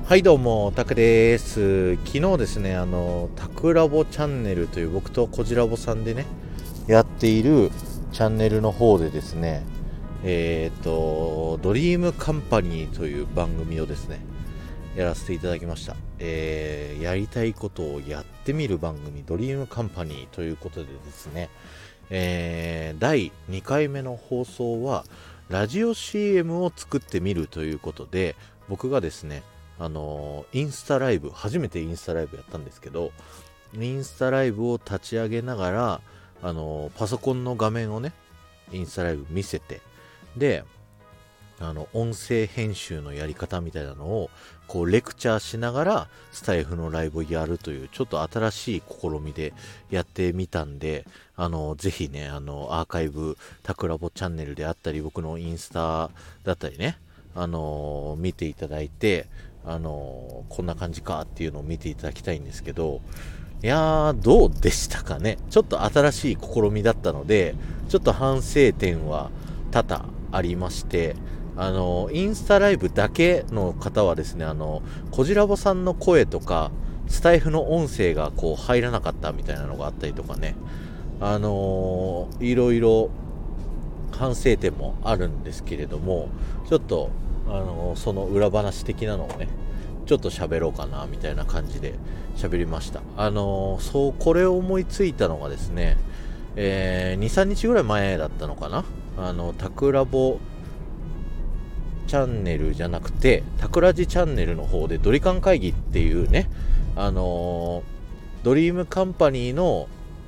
はいどうも、タクです。昨日ですね、タクラボチャンネルという僕とコジラボさんでね、やっているチャンネルの方でですね、ドリームカンパニーという番組をですね、やらせていただきました。やりたいことをやってみる番組、ドリームカンパニーということでですね、第2回目の放送は、ラジオ CM を作ってみるということで、僕がですね、インスタライブ、初めてインスタライブやったんですけど、インスタライブを立ち上げながら、パソコンの画面をね、インスタライブ見せて、で、音声編集のやり方みたいなのを、こう、レクチャーしながら、スタイフのライブをやるという、ちょっと新しい試みでやってみたんで、ぜひね、アーカイブ、タクラボチャンネルであったり、僕のインスタだったりね、見ていただいて、こんな感じかっていうのを見ていただきたいんですけど、いやー、どうでしたかね。ちょっと新しい試みだったので、ちょっと反省点は多々ありまして、インスタライブだけの方はですね、コジラボさんの声とか、スタイフの音声がこう入らなかったみたいなのがあったりとかね、いろいろ反省点もあるんですけれども、ちょっと、その裏話的なのをね、ちょっと喋ろうかな、みたいな感じで喋りました。これを思いついたのがですね、2、3日ぐらい前だったのかな。タクラボチャンネルじゃなくて、タクラジチャンネルの方でドリカン会議っていうね、ドリームカンパニーの、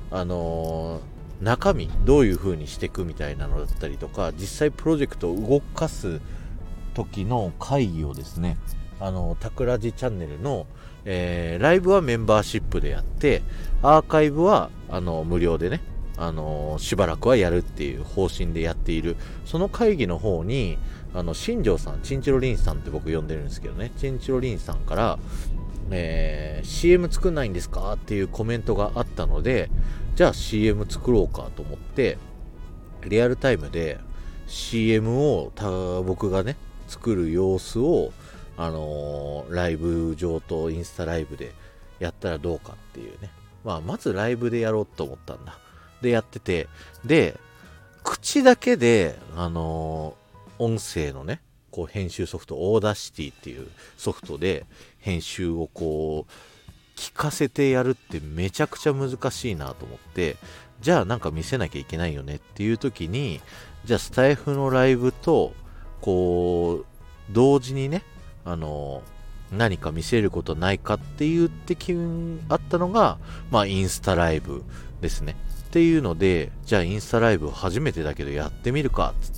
中身どういう風にしていくみたいなのだったりとか、実際プロジェクトを動かす時の会議をですね、タクラジチャンネルの、ライブはメンバーシップでやって、アーカイブは無料でね、しばらくはやるっていう方針でやっている。その会議の方に新庄さん、チンチロリンさんって僕呼んでるんですけどね、チンチロリンさんから、CM 作んないんですかっていうコメントがあったので、じゃあ CM 作ろうかと思って、リアルタイムで CM を僕がね作る様子をライブ上とインスタライブでやったらどうかっていうね、まずライブでやろうと思ったんだ。でやってて、で口だけで音声のねこう編集ソフト、オーダーシティっていうソフトで編集をこう聞かせてやるってめちゃくちゃ難しいなと思って、じゃあなんか見せなきゃいけないよねっていう時に、じゃあスタイフのライブとこう同時にね何か見せることないかって言ってあったのが、インスタライブですねっていうので、じゃあインスタライブ初めてだけどやってみるかっつって、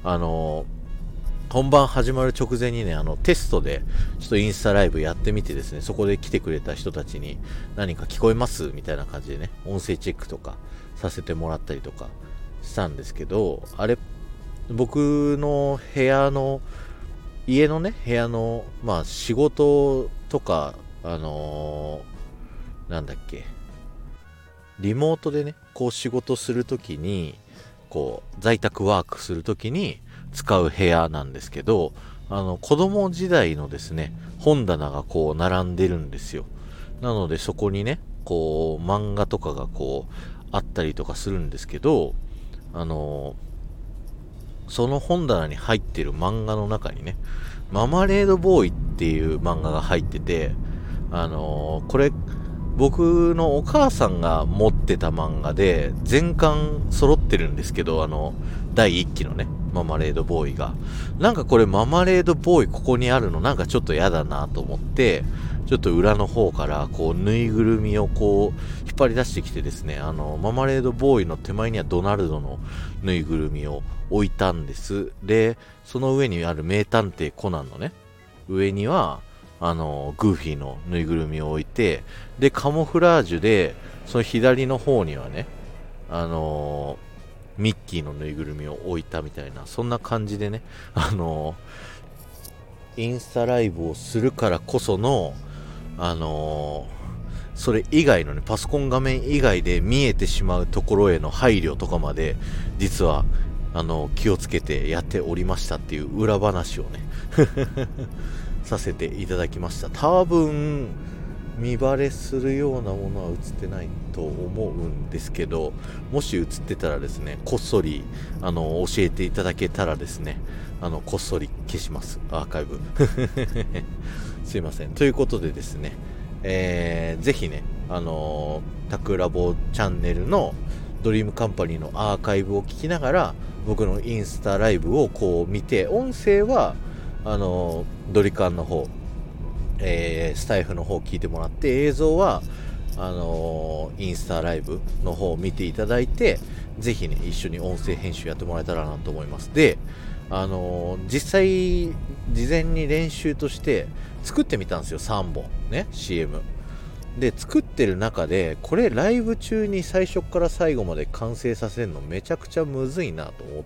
本番始まる直前にね、テストでちょっとインスタライブやってみてですね、そこで来てくれた人たちに何か聞こえますみたいな感じでね、音声チェックとかさせてもらったりとかしたんですけど、あれ僕の家のね部屋の仕事とかなんだっけ、リモートでねこう仕事するときに、こう在宅ワークするときに使う部屋なんですけど、子供時代のですね本棚がこう並んでるんですよ。なのでそこにねこう漫画とかがこうあったりとかするんですけど、その本棚に入ってる漫画の中にね、ママレードボーイっていう漫画が入ってて、これ僕のお母さんが持ってた漫画で全巻揃ってるんですけど、第1期のねママレードボーイが、なんかこれママレードボーイここにあるのなんかちょっとやだなと思って、ちょっと裏の方からこうぬいぐるみをこう引っ張り出してきてですね、ママレードボーイの手前にはドナルドのぬいぐるみを置いたんです。でその上にある名探偵コナンのね上にはグーフィーのぬいぐるみを置いて、でカモフラージュでその左の方にはねミッキーのぬいぐるみを置いたみたいな、そんな感じでねインスタライブをするからこそのそれ以外のねパソコン画面以外で見えてしまうところへの配慮とかまで実は気をつけてやっておりましたっていう裏話をねさせていただきました。多分見バレするようなものは映ってないと思うんですけど、もし映ってたらですね、こっそり教えていただけたらですね、こっそり消します、アーカイブすいません。ということでですね、ぜひね、タクラボチャンネルのドリームカンパニーのアーカイブを聞きながら、僕のインスタライブをこう見て、音声はドリカンの方、スタイフの方を聞いてもらって、映像はインスタライブの方を見ていただいて、ぜひね一緒に音声編集やってもらえたらなと思います。で、実際事前に練習として作ってみたんですよ、3本ね CM で。作ってる中で、これライブ中に最初から最後まで完成させるのめちゃくちゃむずいなと思って、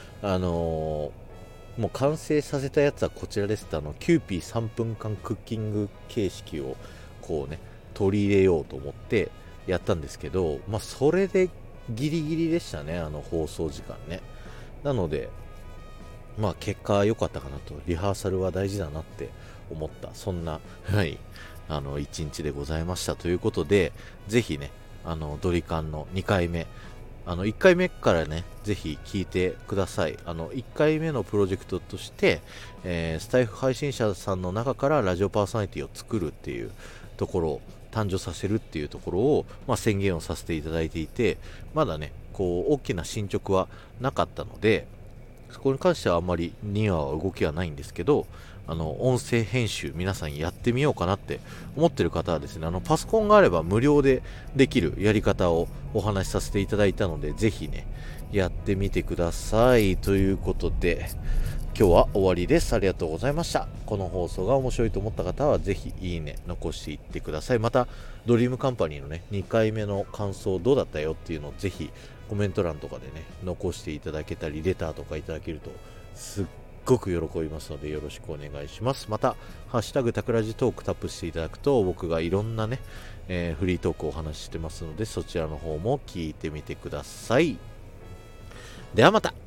もう完成させたやつはこちらですって、キューピー3分間クッキング形式をこうね取り入れようと思ってやったんですけど、それでギリギリでしたね、放送時間ね。なので結果良かったかなと、リハーサルは大事だなって思った、そんなはい一日でございましたということで、ぜひねドリカンの2回目、1回目からねぜひ聞いてください。1回目のプロジェクトとして、スタイフ配信者さんの中からラジオパーソナリティを作るっていうところを誕生させるっていうところを、宣言をさせていただいていて、まだねこう大きな進捗はなかったので、そこに関してはあんまり2話は動きはないんですけど、音声編集皆さんやってみようかなって思ってる方はですね、パソコンがあれば無料でできるやり方をお話しさせていただいたので、ぜひねやってみてください。ということで今日は終わりです。ありがとうございました。この放送が面白いと思った方はぜひいいね残していってください。またドリームカンパニーのね2回目の感想どうだったよっていうのをぜひコメント欄とかでね残していただけたり、レターとかいただけるとすっごく喜びますのでよろしくお願いします。またハッシュタグタクラジトークタップしていただくと、僕がいろんなね、フリートークをお話ししてますので、そちらの方も聞いてみてください。ではまた。